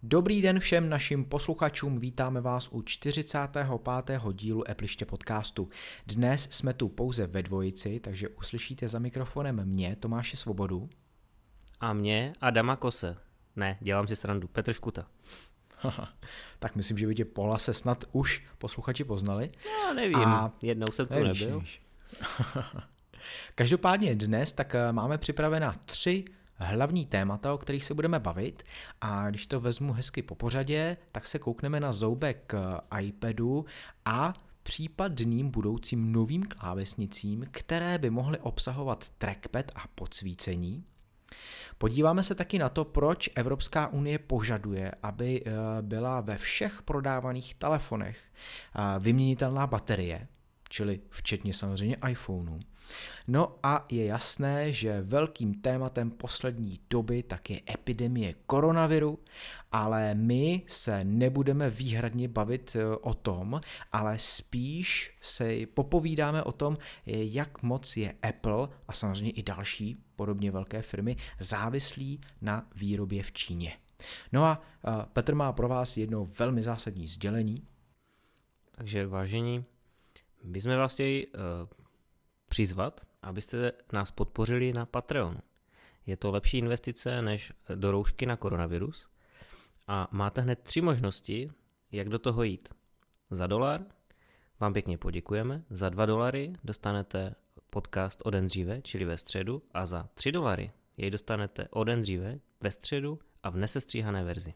Dobrý den všem našim posluchačům, vítáme vás u 45. dílu Appliště podcastu. Dnes jsme tu pouze ve dvojici, takže uslyšíte za mikrofonem mě, Tomáše Svobodu. A mě, Adama Kose. Ne, dělám si srandu, Petr Škuta. Tak myslím, že by tě po hlase snad už posluchači poznali. No, nevím, jednou jsem tu nebyl. Každopádně dnes tak máme připravená 3 hlavní témata, o kterých se budeme bavit, a když to vezmu hezky po pořadě, tak se koukneme na zoubek iPadu a případným budoucím novým klávesnicím, které by mohly obsahovat trackpad a podsvícení. Podíváme se taky na to, proč Evropská unie požaduje, aby byla ve všech prodávaných telefonech vyměnitelná baterie, čili včetně samozřejmě iPhoneu. No a je jasné, že velkým tématem poslední doby tak je epidemie koronaviru, ale my se nebudeme výhradně bavit o tom, ale spíš se popovídáme o tom, jak moc je Apple a samozřejmě i další podobně velké firmy závislí na výrobě v Číně. No a Petr má pro vás jedno velmi zásadní sdělení. Takže vážení, my jsme vás chtěli přizvat, abyste nás podpořili na Patreonu. Je to lepší investice než do roušky na koronavirus a máte hned 3 možnosti, jak do toho jít. Za $1 vám pěkně poděkujeme, za $2 dostanete podcast o den dříve, čili ve středu, a za $3 jej dostanete o den dříve, ve středu a v nesestříhané verzi.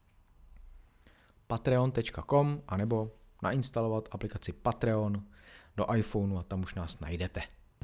Patreon.com anebo nainstalovat aplikaci Patreon do iPhoneu a tam už nás najdete.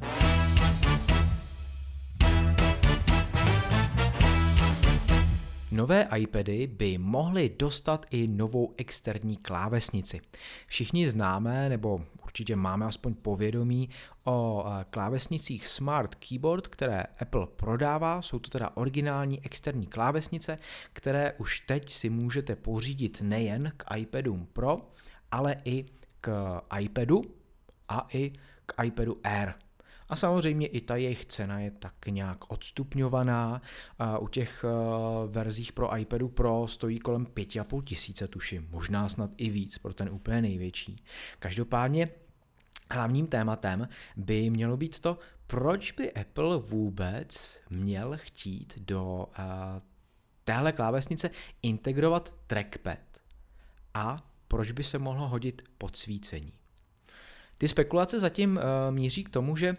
Nové iPady by mohly dostat i novou externí klávesnici. Všichni známe, nebo určitě máme aspoň povědomí o klávesnicích Smart Keyboard, které Apple prodává. Jsou to teda originální externí klávesnice, které už teď si můžete pořídit nejen k iPadům Pro, ale i k iPadu a i k iPadu Air. A samozřejmě i ta jejich cena je tak nějak odstupňovaná. U těch verzích pro iPadu Pro stojí kolem 5 500, tuším, možná snad i víc pro ten úplně největší. Každopádně hlavním tématem by mělo být to, proč by Apple vůbec měl chtít do téhle klávesnice integrovat trackpad a proč by se mohlo hodit podsvícení. Ty spekulace zatím míří k tomu, že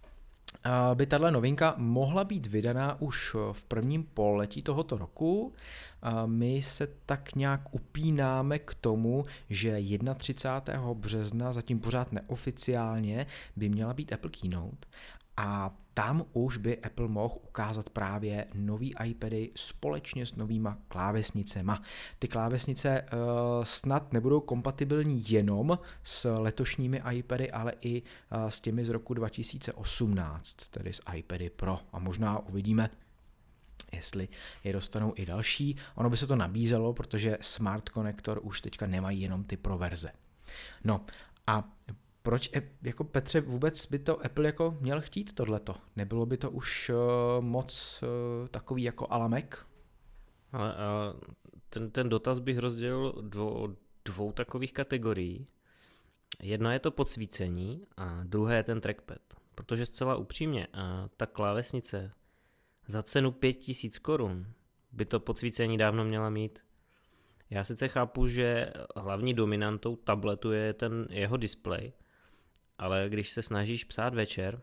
by tato novinka mohla být vydaná už v prvním pololetí tohoto roku. My se tak nějak upínáme k tomu, že 31. března, zatím pořád neoficiálně, by měla být Apple Keynote. A tam už by Apple mohl ukázat právě nový iPady společně s novýma klávesnicema. Ty klávesnice snad nebudou kompatibilní jenom s letošními iPady, ale i s těmi z roku 2018, tedy s iPady Pro. A možná uvidíme, jestli je dostanou i další. Ono by se to nabízelo, protože Smart Connector už teďka nemají jenom ty Pro verze. No a proč, jako Petře, vůbec by to Apple jako měl chtít tohleto? Nebylo by to už moc takový jako a la Mac? Ale ten dotaz bych rozdělil do dvou takových kategorií. Jedno je to podsvícení a druhé je ten trackpad. Protože zcela upřímně, ta klávesnice za cenu 5 000 korun by to podsvícení dávno měla mít. Já sice chápu, že hlavní dominantou tabletu je ten jeho displej, ale když se snažíš psát večer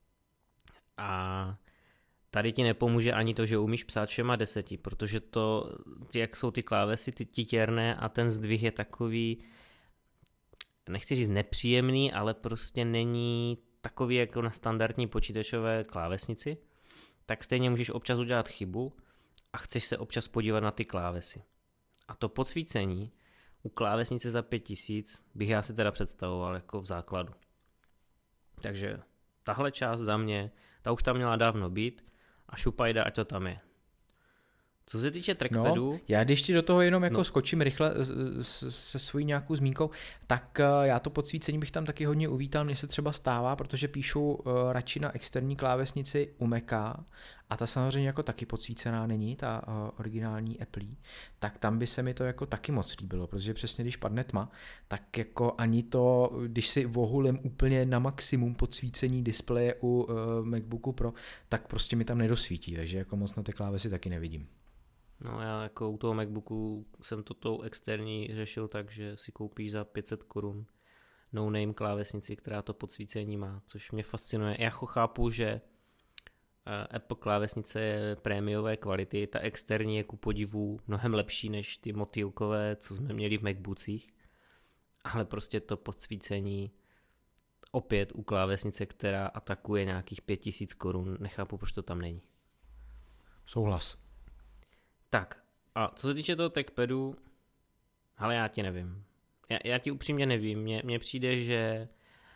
a tady ti nepomůže ani to, že umíš psát všema 10, protože to, jak jsou ty klávesy titěrné a ten zdvih je takový, nechci říct nepříjemný, ale prostě není takový jako na standardní počítačové klávesnici, tak stejně můžeš občas udělat chybu a chceš se občas podívat na ty klávesy. A to podsvícení u klávesnice za 5 000 bych já si teda představoval jako v základu. Takže tahle část za mě, ta už tam měla dávno být a šupajda, ať to tam je. Co se týče trackpadu... No, já když ti do toho jenom jako skočím rychle se svojí nějakou zmínkou, tak já to podsvícení bych tam taky hodně uvítal, mně se třeba stává, protože píšu radši na externí klávesnici u Maca a ta samozřejmě jako taky podsvícená není, ta originální Apple, tak tam by se mi to jako taky moc líbilo, protože přesně když padne tma, tak jako ani to, když si vohulím úplně na maximum podsvícení displeje u MacBooku Pro, tak prostě mi tam nedosvítí, takže jako moc na ty klávesy taky nevidím. No já jako u toho MacBooku jsem to tou externí řešil tak, že si koupíš za 500 korun no-name klávesnici, která to podsvícení má, což mě fascinuje. Já chápu, že Apple klávesnice je prémiové kvality, ta externí je ku podivu mnohem lepší než ty motýlkové, co jsme měli v MacBoocích, ale prostě to podsvícení opět u klávesnice, která atakuje nějakých 5000 korun, nechápu, proč to tam není. Souhlas. Tak, a co se týče toho trackpadu, ale já ti nevím. Já ti upřímně nevím, mně přijde, že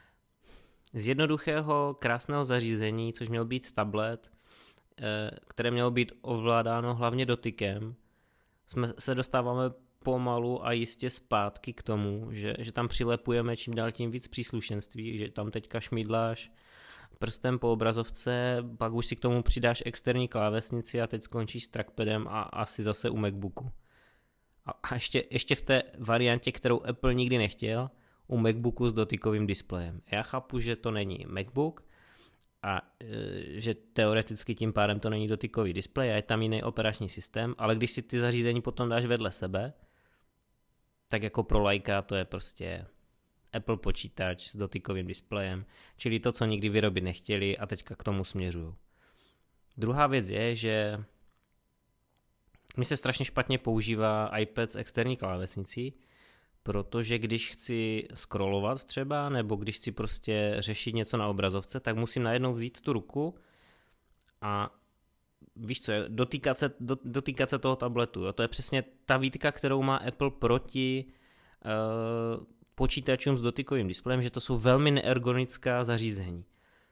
z jednoduchého, krásného zařízení, což měl být tablet, které mělo být ovládáno hlavně dotykem, se dostáváme pomalu a jistě zpátky k tomu, že tam přilepujeme čím dál tím víc příslušenství, že tam teďka šmídláš prstem po obrazovce, pak už si k tomu přidáš externí klávesnici a teď skončíš s trackpadem a asi zase u MacBooku. A ještě v té variantě, kterou Apple nikdy nechtěl, u MacBooku s dotykovým displejem. Já chápu, že to není MacBook a že teoreticky tím pádem to není dotykový displej a je tam jiný operační systém, ale když si ty zařízení potom dáš vedle sebe, tak jako pro laika to je prostě Apple počítač s dotykovým displejem, čili to, co nikdy vyrobit nechtěli a teďka k tomu směřují. Druhá věc je, že mi se strašně špatně používá iPad s externí klávesnicí, protože když chci scrollovat třeba, nebo když chci prostě řešit něco na obrazovce, tak musím najednou vzít tu ruku a víš co, dotýkat se toho tabletu. Jo? To je přesně ta výtka, kterou má Apple proti počítačům s dotykovým displejem, že to jsou velmi neergonická zařízení.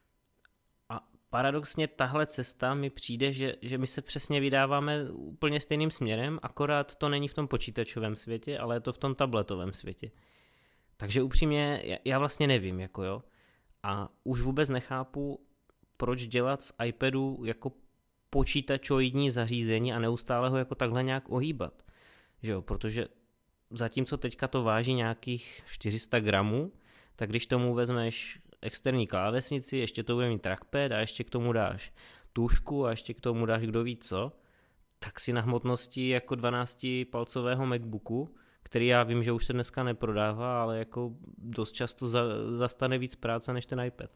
A paradoxně tahle cesta mi přijde, že my se přesně vydáváme úplně stejným směrem, akorát to není v tom počítačovém světě, ale je to v tom tabletovém světě. Takže upřímně já vlastně nevím, jako jo. A už vůbec nechápu, proč dělat z iPadu jako počítačoidní zařízení a neustále ho jako takhle nějak ohýbat. Že jo, protože zatímco teďka to váží nějakých 400 gramů, tak když tomu vezmeš externí klávesnici, ještě to bude mít trackpad a ještě k tomu dáš tušku a ještě k tomu dáš kdo ví co, tak si na hmotnosti jako 12-palcového MacBooku, který já vím, že už se dneska neprodává, ale jako dost často zastane víc práce než ten iPad.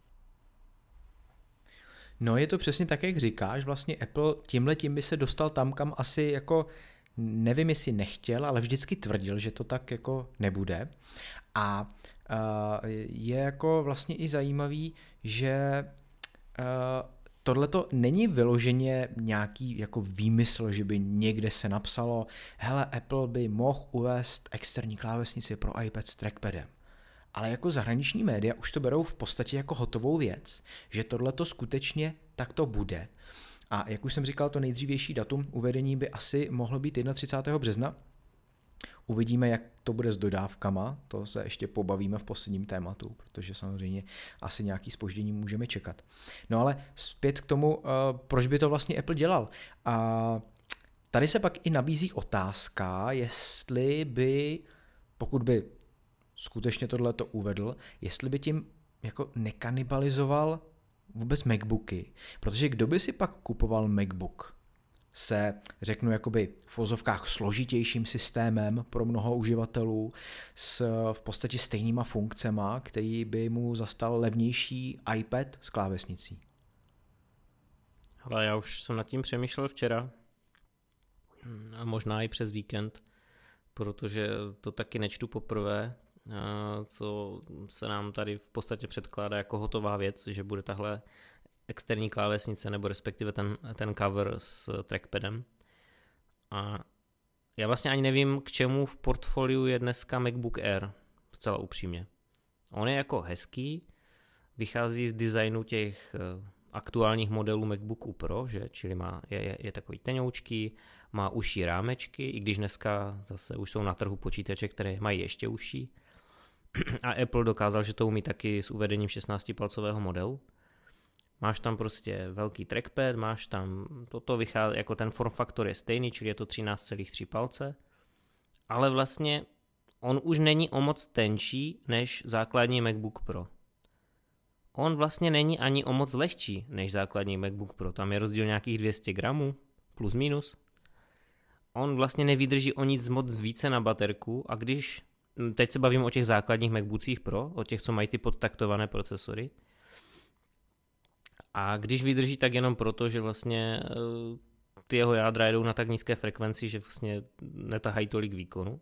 No je to přesně tak, jak říkáš, vlastně Apple tímhletím by se dostal tam, kam asi jako nevím, jestli nechtěl, ale vždycky tvrdil, že to tak jako nebude. A je jako vlastně i zajímavý, že tohleto není vyloženě nějaký jako výmysl, že by někde se napsalo, hele, Apple by mohl uvést externí klávesnici pro iPad s trackpadem. Ale jako zahraniční média už to berou v podstatě jako hotovou věc, že tohleto skutečně takto bude. A jak už jsem říkal, to nejdřívější datum uvedení by asi mohlo být 31. března. Uvidíme, jak to bude s dodávkama, to se ještě pobavíme v posledním tématu, protože samozřejmě asi nějaký zpoždění můžeme čekat. No ale zpět k tomu, proč by to vlastně Apple dělal. A tady se pak i nabízí otázka, jestli by, pokud by skutečně tohleto uvedl, jestli by tím jako nekanibalizoval vůbec MacBooky, protože kdo by si pak kupoval MacBook se, řeknu, jakoby v vozovkách složitějším systémem pro mnoho uživatelů s v podstatě stejnýma funkcema, který by mu zastal levnější iPad s klávesnicí. Ale já už jsem nad tím přemýšlel včera a možná i přes víkend, protože to taky nečtu poprvé, co se nám tady v podstatě předkládá jako hotová věc, že bude tahle externí klávesnice nebo respektive ten cover s trackpadem. A já vlastně ani nevím, k čemu v portfoliu je dneska MacBook Air, zcela upřímně. On je jako hezký, vychází z designu těch aktuálních modelů MacBooku Pro, že? Čili je takový tenoučký, má užší rámečky, i když dneska zase už jsou na trhu počítače, které mají ještě užší. A Apple dokázal, že to umí taky s uvedením 16-palcového modelu. Máš tam prostě velký trackpad, máš tam, toto vychází, jako ten form factor je stejný, čili je to 13,3 palce, ale vlastně on už není o moc tenčí než základní MacBook Pro. On vlastně není ani o moc lehčí než základní MacBook Pro, tam je rozdíl nějakých 200 gramů, plus minus. On vlastně nevydrží o nic moc více na baterku a když, teď se bavím o těch základních MacBookích Pro, o těch, co mají ty podtaktované procesory, a když vydrží, tak jenom proto, že vlastně ty jeho jádra jedou na tak nízké frekvenci, že vlastně netahají tolik výkonu.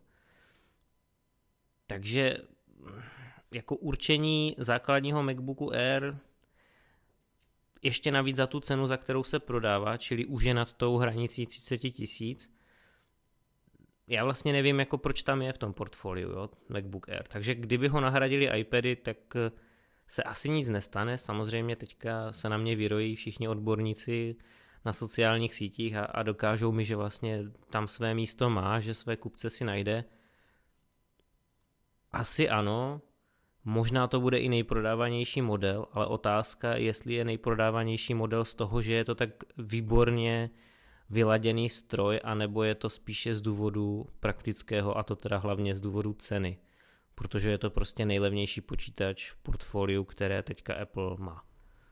Takže jako určení základního MacBooku Air ještě navíc za tu cenu, za kterou se prodává, čili už je nad tou hranicí 30 000. Já vlastně nevím, jako proč tam je v tom portfoliu, jo, MacBook Air. Takže kdyby ho nahradili iPady, tak se asi nic nestane. Samozřejmě teďka se na mě vyrojí všichni odborníci na sociálních sítích a dokážou mi, že vlastně tam své místo má, že své kupce si najde. Asi ano, možná to bude i nejprodávanější model, ale otázka, jestli je nejprodávanější model z toho, že je to tak výborně vyladěný stroj, anebo je to spíše z důvodu praktického, a to teda hlavně z důvodu ceny, protože je to prostě nejlevnější počítač v portfoliu, které teďka Apple má.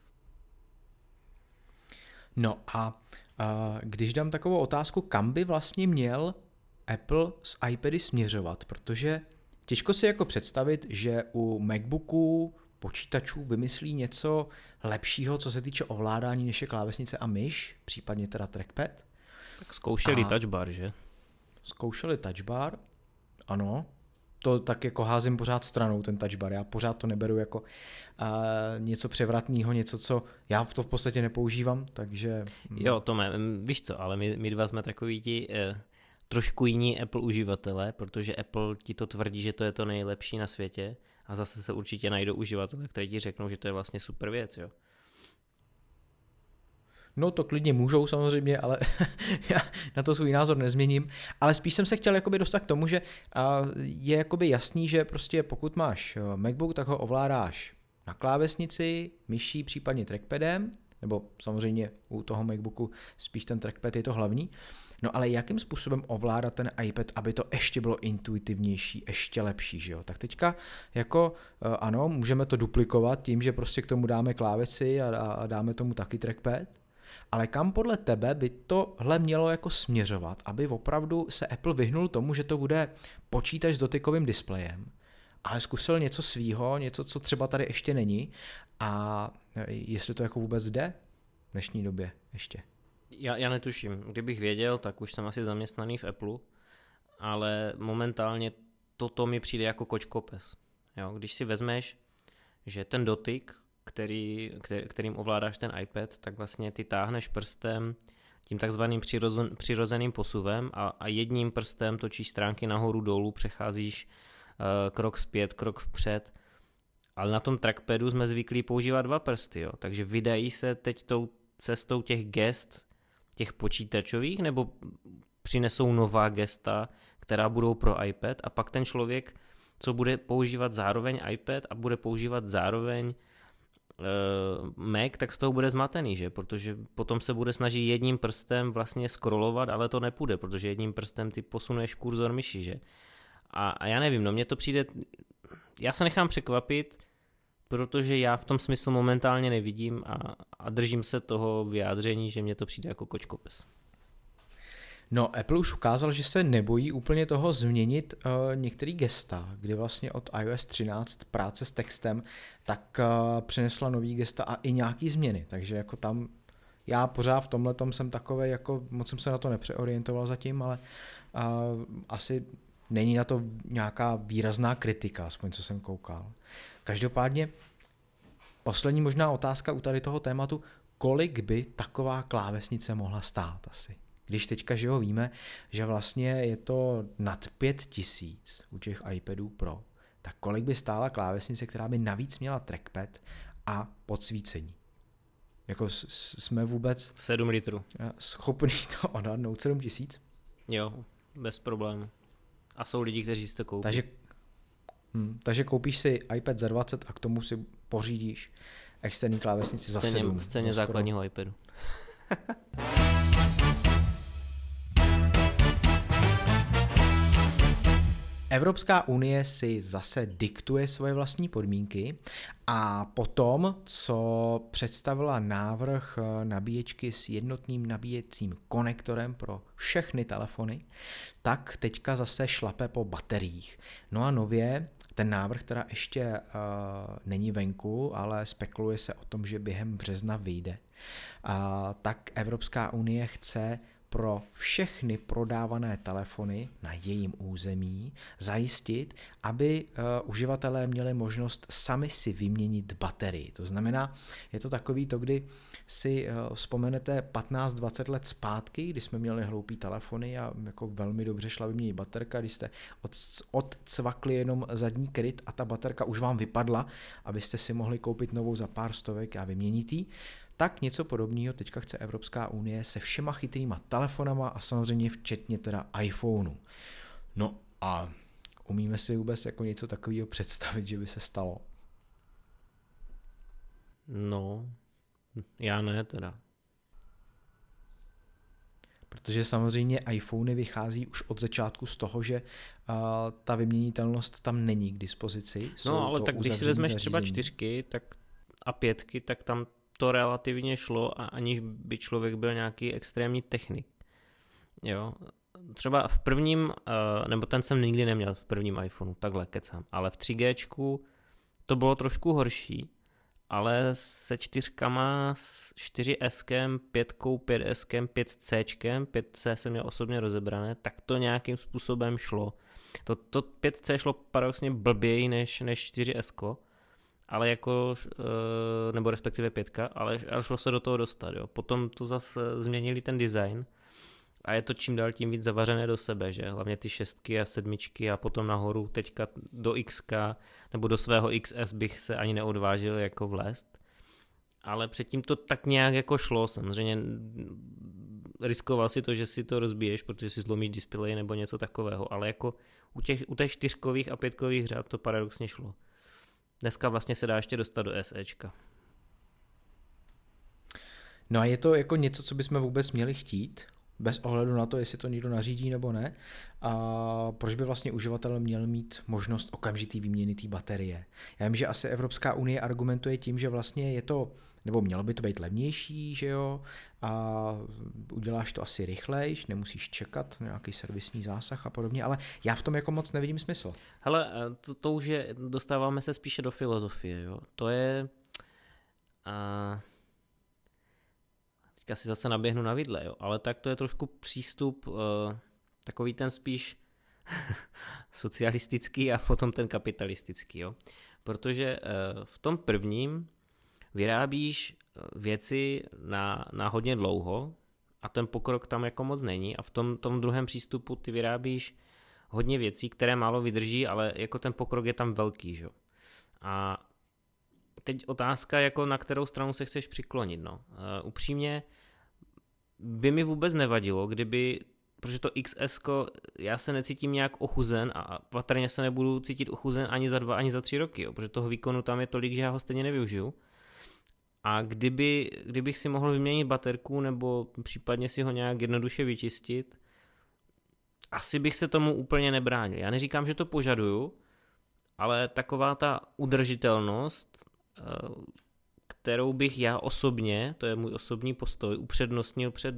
No a když dám takovou otázku, kam by vlastně měl Apple s iPady směřovat, protože těžko si jako představit, že u MacBooků, počítačů vymyslí něco lepšího, co se týče ovládání, než je klávesnice a myš, případně teda trackpad. Tak zkoušeli touch bar, že? Zkoušeli touch bar, ano. To tak jako házím pořád stranou, ten touch bar. Já pořád to neberu jako něco převratného, něco, co já to v podstatě nepoužívám, takže... Jo, Tome, víš co, ale my dva jsme takový ti trošku jiní Apple uživatelé, protože Apple ti to tvrdí, že to je to nejlepší na světě a zase se určitě najdou uživatelé, kteří ti řeknou, že to je vlastně super věc, jo. No to klidně můžou samozřejmě, ale já na to svůj názor nezměním. Ale spíš jsem se chtěl jakoby dostat k tomu, že je jakoby jasný, že prostě pokud máš MacBook, tak ho ovládáš na klávesnici, myší, případně trackpadem, nebo samozřejmě u toho MacBooku spíš ten trackpad je to hlavní. No ale jakým způsobem ovládat ten iPad, aby to ještě bylo intuitivnější, ještě lepší, že jo? Tak teďka jako ano, můžeme to duplikovat tím, že prostě k tomu dáme klávesy a dáme tomu taky trackpad. Ale kam podle tebe by tohle mělo jako směřovat, aby opravdu se Apple vyhnul tomu, že to bude počítač s dotykovým displejem, ale zkusil něco svýho, něco, co třeba tady ještě není a jestli to jako vůbec jde v dnešní době ještě. Já netuším. Kdybych věděl, tak už jsem asi zaměstnaný v Apple, ale momentálně toto mi přijde jako kočkopes. Jo, když si vezmeš, že ten dotyk, kterým ovládáš ten iPad, tak vlastně ty táhneš prstem tím takzvaným přirozeným posuvem a jedním prstem točíš stránky nahoru dolů, přecházíš krok zpět, krok vpřed, ale na tom trackpadu jsme zvyklí používat dva prsty, jo? Takže vydají se teď tou cestou těch gest, těch počítačových, nebo přinesou nová gesta, která budou pro iPad a pak ten člověk, co bude používat zároveň iPad a bude používat zároveň Mac, tak z toho bude zmatený, že? Protože potom se bude snažit jedním prstem vlastně scrollovat, ale to nepůjde, protože jedním prstem ty posunuješ kurzor myši, že? A já nevím, no mně to přijde, já se nechám překvapit, protože já v tom smysl momentálně nevidím a držím se toho vyjádření, že mně to přijde jako kočkopes. No, Apple už ukázal, že se nebojí úplně toho změnit některé gesta, kdy vlastně od iOS 13 práce s textem, tak přinesla nový gesta a i nějaký změny, takže jako tam já pořád v tomhletom jsem takovej, jako moc jsem se na to nepřeorientoval zatím, ale asi není na to nějaká výrazná kritika, aspoň co jsem koukal. Každopádně poslední možná otázka u tady toho tématu, kolik by taková klávesnice mohla stát asi? Když teďka, že ho víme, že vlastně je to nad 5000 u těch iPadů Pro, tak kolik by stála klávesnice, která by navíc měla trackpad a podsvícení? Jako jsme vůbec 7 litrů. Schopný to odhadnout 7000? Jo, bez problému. A jsou lidi, kteří si to koupí. Takže koupíš si iPad za 20 a k tomu si pořídíš externí klávesnici za 7. V ceně základního iPadu. Evropská unie si zase diktuje svoje vlastní podmínky a potom, co představila návrh nabíječky s jednotným nabíjecím konektorem pro všechny telefony, tak teďka zase šlape po bateriích. No a nově ten návrh teda ještě není venku, ale spekuluje se o tom, že během března vyjde. Tak Evropská unie chce pro všechny prodávané telefony na jejím území zajistit, aby uživatelé měli možnost sami si vyměnit baterii. To znamená, je to takový to, kdy si vzpomenete 15-20 let zpátky, kdy jsme měli hloupý telefony a jako velmi dobře šla vyměnit baterka, když jste odcvakli jenom zadní kryt a ta baterka už vám vypadla, abyste si mohli koupit novou za pár stovek a vyměnit ji. Tak něco podobného teďka chce Evropská unie se všema chytrýma telefonama a samozřejmě včetně teda iPhoneu. No a umíme si vůbec jako něco takového představit, že by se stalo? No, já ne teda. Protože samozřejmě iPhony vychází už od začátku z toho, že ta vyměnitelnost tam není k dispozici. No ale tak když si vezmeš třeba 4 a 5, tak tam to relativně šlo a aniž by člověk byl nějaký extrémní technik. Jo. Třeba v prvním, nebo ten jsem nikdy neměl v prvním iPhoneu, takhle kecám, ale v 3Gčku to bylo trošku horší, ale se 4, s 4S, 5, 5S, 5C, 5C jsem měl osobně rozebrané, tak to nějakým způsobem šlo. To 5C šlo paradoxně blběji než 4S, ale jako, nebo respektive 5, ale šlo se do toho dostat. Jo. Potom to zase změnili ten design a je to čím dál tím víc zavařené do sebe, že hlavně ty 6 a 7 a potom nahoru teďka do XK nebo do svého XS bych se ani neodvážil jako vlézt. Ale předtím to tak nějak jako šlo, samozřejmě riskoval si to, že si to rozbiješ, protože si zlomíš displej nebo něco takového, ale jako u těch 4 a 5 řad to paradoxně šlo. Dneska vlastně se dá ještě dostat do SEčka. No a je to jako něco, co bychom vůbec měli chtít, bez ohledu na to, jestli to někdo nařídí nebo ne. A proč by vlastně uživatel měl mít možnost okamžitý výměny té baterie? Já vím, že asi Evropská unie argumentuje tím, že vlastně je to, nebo mělo by to být levnější, že jo, a uděláš to asi rychlejš, nemusíš čekat nějaký servisní zásah a podobně, ale já v tom jako moc nevidím smysl. Hele, to už je, dostáváme se spíše do filozofie, jo. To je, teďka si zase naběhnu na vidle, jo, ale tak to je trošku přístup, takový ten spíš socialistický a potom ten kapitalistický, jo. Protože v tom prvním vyrábíš věci na hodně dlouho a ten pokrok tam jako moc není a v tom druhém přístupu ty vyrábíš hodně věcí, které málo vydrží, ale jako ten pokrok je tam velký, že? A teď otázka, jako na kterou stranu se chceš přiklonit, no. Upřímně by mi vůbec nevadilo, protože to XS, já se necítím nějak ochuzen a patrně se nebudu cítit ochuzen ani za 2, ani za 3 roky, jo, protože toho výkonu tam je tolik, že já ho stejně nevyužiju. A kdybych si mohl vyměnit baterku nebo případně si ho nějak jednoduše vyčistit, asi bych se tomu úplně nebránil. Já neříkám, že to požaduju, ale taková ta udržitelnost, kterou bych já osobně, to je můj osobní postoj, upřednostnil před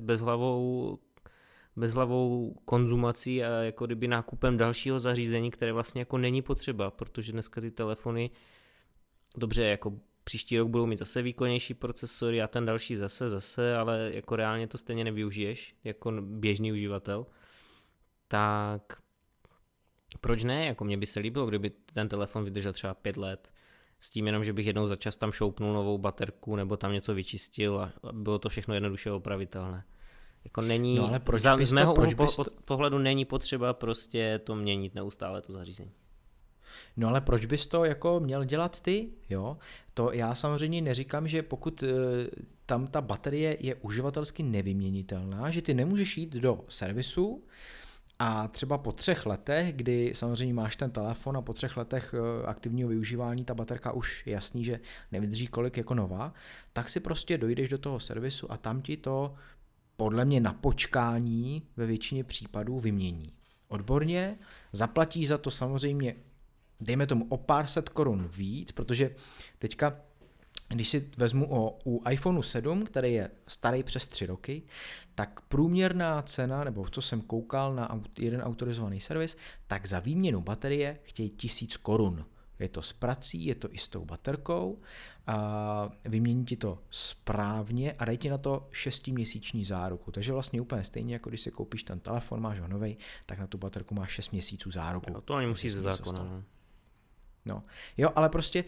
bezhlavou konzumací a jako kdyby nákupem dalšího zařízení, které vlastně jako není potřeba, protože dneska ty telefony, dobře, jako příští rok budou mít zase výkonnější procesory a ten další zase, ale jako reálně to stejně nevyužiješ jako běžný uživatel. Tak proč ne? Jako mně by se líbilo, kdyby ten telefon vydržel třeba 5 let, s tím jenom, že bych jednou za čas tam šoupnul novou baterku nebo tam něco vyčistil a bylo to všechno jednoduše opravitelné. Jako není, no ale z mého pohledu není potřeba prostě to měnit neustále to zařízení. No ale proč bys to jako měl dělat ty, jo? To já samozřejmě neříkám, že pokud tam ta baterie je uživatelsky nevyměnitelná, že ty nemůžeš jít do servisu A třeba po 3 letech, kdy samozřejmě máš ten telefon a po 3 letech aktivního využívání ta baterka už je jasný, že nevydrží kolik jako nová, tak si prostě dojdeš do toho servisu a tam ti to podle mě na počkání ve většině případů vymění. Odborně, zaplatí za to samozřejmě, dejme tomu o pár set korun víc, protože teďka, když si vezmu u iPhoneu 7, který je starý přes 3 roky, tak průměrná cena, nebo co jsem koukal na jeden autorizovaný servis, tak za výměnu baterie chtějí 1000 korun. Je to s prací, je to i s tou baterkou, a vymění ti to správně a dají ti na to 6měsíční záruku. Takže vlastně úplně stejně, jako když si koupíš ten telefon, máš ho novej, tak na tu baterku máš 6 měsíců záruku. No, to ani musí ze zákona. No. Jo, ale prostě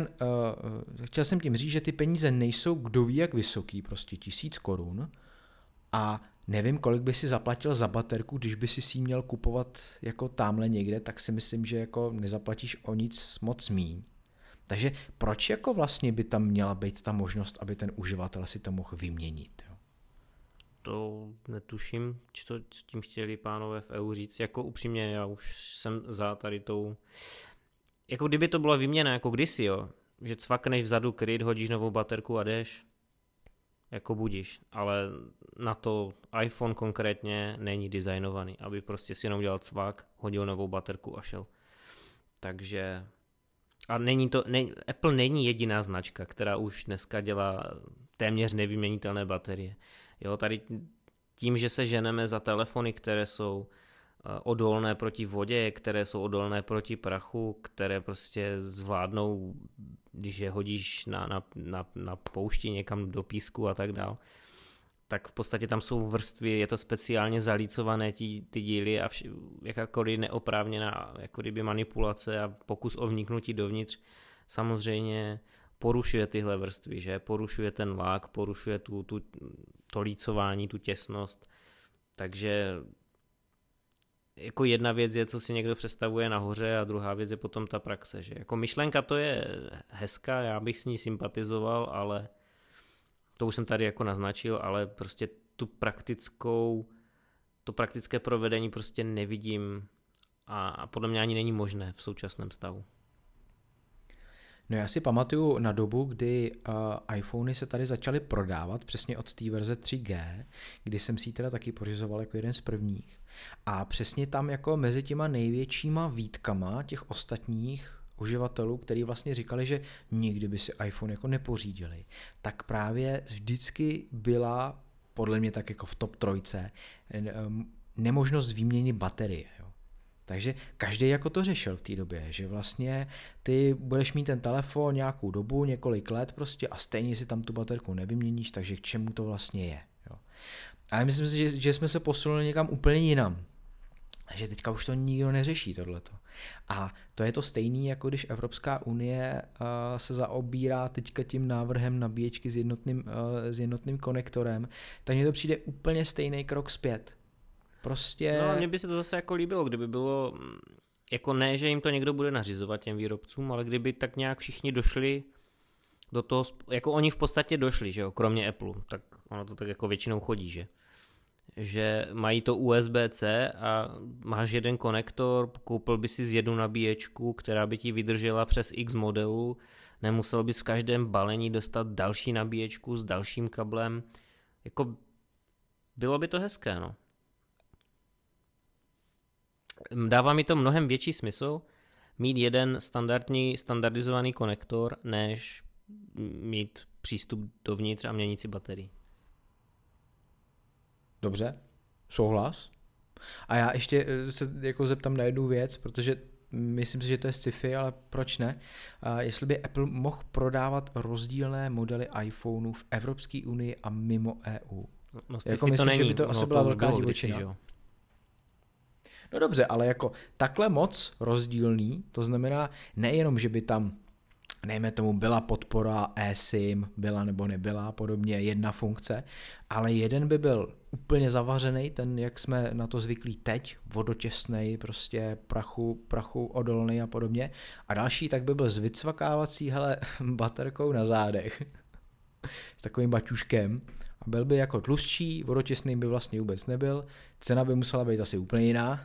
chtěl jsem tím říct, že ty peníze nejsou kdo ví jak vysoký, prostě 1000 korun a nevím, kolik by si zaplatil za baterku, když by si ji měl kupovat jako tamhle někde, tak si myslím, že jako nezaplatíš o nic moc míň. Takže proč jako vlastně by tam měla být ta možnost, aby ten uživatel si to mohl vyměnit? Jo? To netuším, co tím chtěli pánové v EU říct. Jako upřímně, já už jsem za tady tou... Jako kdyby to byla výměna jako kdysi, jo. Že cvakneš vzadu kryt, hodíš novou baterku a jdeš. Jako budíš. Ale na to iPhone konkrétně není designovaný, aby prostě si jenom dělal cvak, hodil novou baterku a šel. Takže... A Apple není jediná značka, která už dneska dělá téměř nevyměnitelné baterie. Jo, tady tím, že se ženeme za telefony, které jsou odolné proti vodě, které jsou odolné proti prachu, které prostě zvládnou, když je hodíš na poušti někam do písku a tak dál, tak v podstatě tam jsou vrstvy, je to speciálně zalícované ty díly a jakákoliv neoprávněná jako kdyby manipulace a pokus o vniknutí dovnitř samozřejmě porušuje tyhle vrstvy, že porušuje ten lak, porušuje to lícování, tu těsnost, takže jako jedna věc je, co si někdo představuje nahoře a druhá věc je potom ta praxe, že jako myšlenka to je hezká, já bych s ní sympatizoval, ale to už jsem tady jako naznačil, ale prostě to praktické provedení prostě nevidím a podle mě ani není možné v současném stavu. No já si pamatuju na dobu, kdy iPhony se tady začaly prodávat přesně od té verze 3G, kdy jsem si ji teda taky pořizoval jako jeden z prvních. A přesně tam jako mezi těma největšíma výtkama těch ostatních uživatelů, kteří vlastně říkali, že nikdy by si iPhone jako nepořídili, tak právě vždycky byla, podle mě tak jako v top 3, nemožnost výměny baterie. Jo. Takže každý jako to řešil v té době, že vlastně ty budeš mít ten telefon nějakou dobu, několik let prostě a stejně si tam tu baterku nevyměníš, takže k čemu to vlastně je. Jo. Ale myslím si, že jsme se posunuli někam úplně jinam. Že teďka už to nikdo neřeší tohleto. A to je to stejný, jako když Evropská unie se zaobírá teďka tím návrhem nabíječky s jednotným konektorem, tak mně to přijde úplně stejný krok zpět. Prostě... No, mně by se to zase jako líbilo, kdyby bylo, jako ne, že jim to někdo bude nařizovat těm výrobcům, ale kdyby tak nějak všichni došli do toho, jako oni v podstatě došli, že jo, kromě Apple, tak ono to tak jako většinou chodí, že mají to USB-C a máš jeden konektor, koupil by si jednu nabíječku, která by ti vydržela přes X modelu, nemusel bys v každém balení dostat další nabíječku s dalším kablem, jako bylo by to hezké, no. Dává mi to mnohem větší smysl mít jeden standardizovaný konektor, než mít přístup dovnitř a měnit si baterii. Dobře, souhlas. A já ještě se jako zeptám na jednu věc, protože myslím si, že to je sci-fi, ale proč ne? Jestli by Apple mohl prodávat rozdílné modely iPhoneů v Evropské unii a mimo EU. No, jako myslím, to není, že by to asi byla velká divočina. No dobře, ale jako takhle moc rozdílný, to znamená nejenom, že by tam, nejme tomu, byla podpora eSIM, byla nebo nebyla, podobně jedna funkce, ale jeden by byl úplně zavařený, ten, jak jsme na to zvyklí teď, vodotěsnej, prostě prachu odolný a podobně, a další tak by byl s vycvakávací baterkou na zádech, s takovým baťuškem, a byl by jako tlustší, vodotěsný by vlastně vůbec nebyl, cena by musela být asi úplně jiná.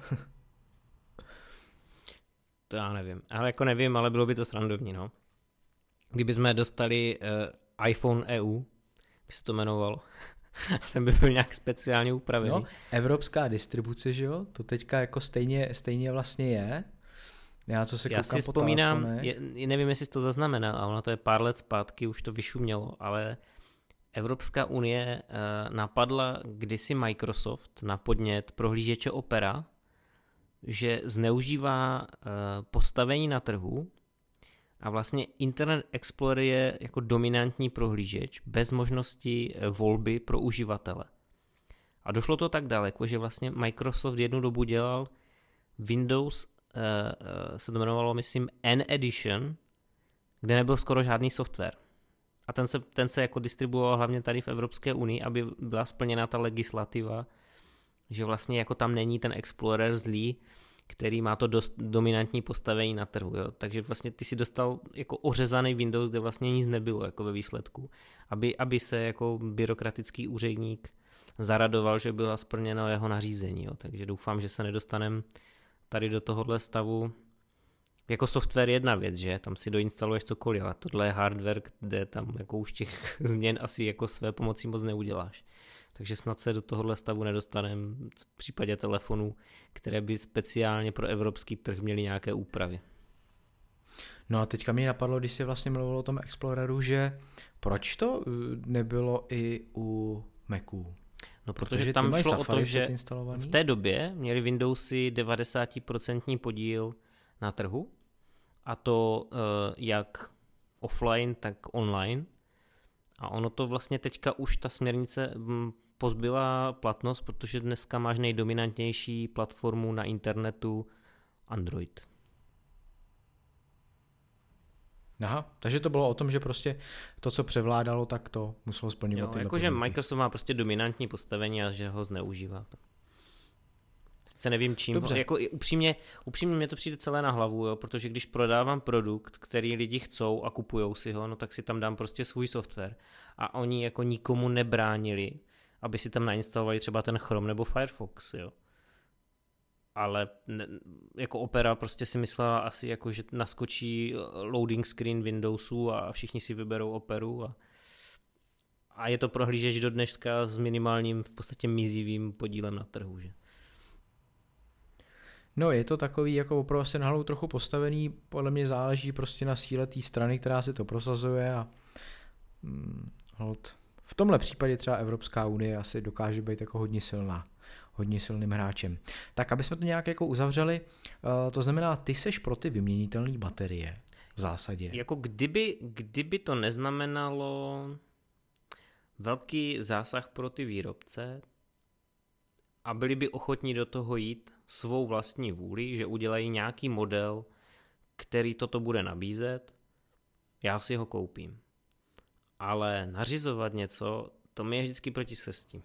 To já nevím, ale bylo by to srandovní, no. Kdyby jsme dostali iPhone EU, by se to jmenovalo, ten by byl nějak speciálně upravený. No, evropská distribuce, že jo, to teďka jako stejně vlastně je. Já si vzpomínám, nevím, jestli jsi to zaznamenal, a ono to je pár let zpátky, už to vyšumělo, ale Evropská unie napadla kdysi Microsoft na podnět prohlížeče Opera, že zneužívá postavení na trhu a vlastně Internet Explorer je jako dominantní prohlížeč bez možnosti volby pro uživatele. A došlo to tak daleko, že vlastně Microsoft jednu dobu dělal Windows, se to jmenovalo, myslím, N Edition, kde nebyl skoro žádný software. A ten se jako distribuoval hlavně tady v Evropské unii, aby byla splněna ta legislativa, že vlastně jako tam není ten Explorer zlý, který má to dost dominantní postavení na trhu. Jo? Takže vlastně ty si dostal jako ořezaný Windows, kde vlastně nic nebylo jako ve výsledku. Aby se jako byrokratický úředník zaradoval, že byla splněno jeho nařízení. Jo? Takže doufám, že se nedostaneme tady do tohohle stavu. Jako software jedna věc, že? Tam si doinstaluješ cokoliv, ale tohle je hardware, kde tam jako už těch změn asi jako své pomocí moc neuděláš. Takže snad se do tohohle stavu nedostaneme v případě telefonů, které by speciálně pro evropský trh měly nějaké úpravy. No a teďka mě napadlo, když jsi vlastně mluvil o tom Exploreru, že proč to nebylo i u Maců? No protože tam šlo o to, že v té době měli Windowsy 90% podíl na trhu, a to jak offline, tak online. A ono to vlastně teďka už ta směrnice pozbyla platnost, protože dneska máš nejdominantnější platformu na internetu Android. Aha, takže to bylo o tom, že prostě to, co převládalo, tak to muselo splňovat. Jo, jakože Microsoft má prostě dominantní postavení a že ho zneužívá. Sice nevím čím, jako upřímně mě to přijde celé na hlavu, jo, protože když prodávám produkt, který lidi chcou a kupujou si ho, no tak si tam dám prostě svůj software a oni jako nikomu nebránili, aby si tam nainstalovali třeba ten Chrome nebo Firefox, jo. Ale jako Opera prostě si myslela asi jako, že naskočí loading screen Windowsu a všichni si vyberou Operu a je to prohlížeč do dneška s minimálním, v podstatě mizivým podílem na trhu, že. No je to takový jako opravdu se na hlavu trochu postavený, podle mě záleží prostě na síle té strany, která si to prosazuje a v tomhle případě třeba Evropská unie asi dokáže být jako hodně silným hráčem. Tak, aby jsme to nějak jako uzavřeli, to znamená, ty seš pro ty vyměnitelné baterie v zásadě. Jako kdyby to neznamenalo velký zásah pro ty výrobce a byli by ochotní do toho jít svou vlastní vůli, že udělají nějaký model, který toto bude nabízet, já si ho koupím. Ale nařizovat něco, to mi je vždycky proti srsti.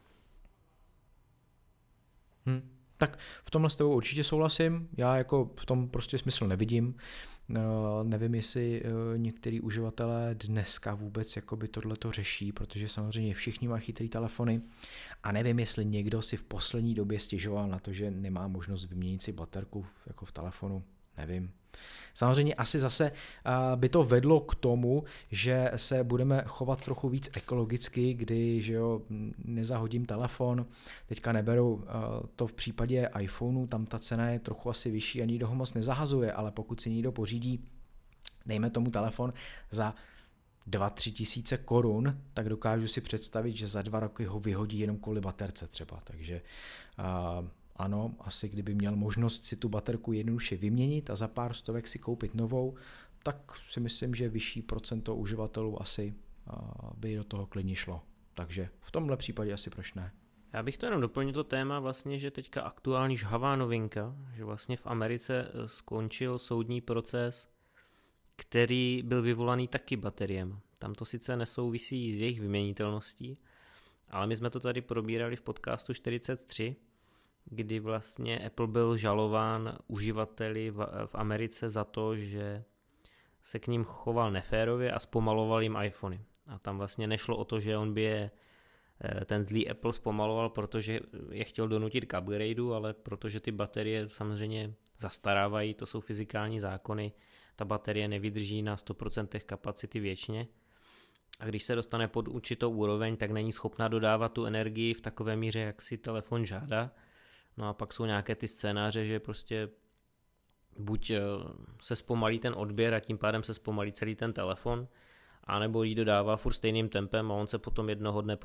Tak v tomhle s tebou určitě souhlasím, já jako v tom prostě smysl nevidím. Nevím, jestli některý uživatelé dneska vůbec jakoby tohleto řeší, protože samozřejmě všichni mají chytrý telefony a nevím, jestli někdo si v poslední době stěžoval na to, že nemá možnost vyměnit si baterku jako v telefonu, nevím. Samozřejmě asi zase by to vedlo k tomu, že se budeme chovat trochu víc ekologicky, kdy že jo, nezahodím telefon, teďka neberu to v případě iPhoneu, tam ta cena je trochu asi vyšší a nikdo ho moc nezahazuje, ale pokud si někdo pořídí, dejme tomu telefon za 2-3 tisíce korun, tak dokážu si představit, že za 2 roky ho vyhodí jenom kvůli baterce třeba, takže ano, asi kdyby měl možnost si tu baterku jednoduše vyměnit a za pár stovek si koupit novou, tak si myslím, že vyšší procento uživatelů asi by do toho klidně šlo. Takže v tomhle případě asi proč ne. Já bych to jenom doplnil to téma vlastně, že teďka aktuální žhavá novinka, že vlastně v Americe skončil soudní proces, který byl vyvolaný taky bateriem. Tam to sice nesouvisí s jejich vyměnitelností, ale my jsme to tady probírali v podcastu 43, kdy vlastně Apple byl žalován uživateli v Americe za to, že se k ním choval neférově a zpomaloval jim iPhony. A tam vlastně nešlo o to, že on by je ten zlý Apple zpomaloval, protože je chtěl donutit k upgradeu, ale protože ty baterie samozřejmě zastarávají, to jsou fyzikální zákony, ta baterie nevydrží na 100% kapacity věčně a když se dostane pod určitou úroveň, tak není schopná dodávat tu energii v takové míře, jak si telefon žádá. No a pak jsou nějaké ty scénáře, že prostě buď se zpomalí ten odběr a tím pádem se zpomalí celý ten telefon, anebo jí dodává furt stejným tempem a on se potom jednoho dne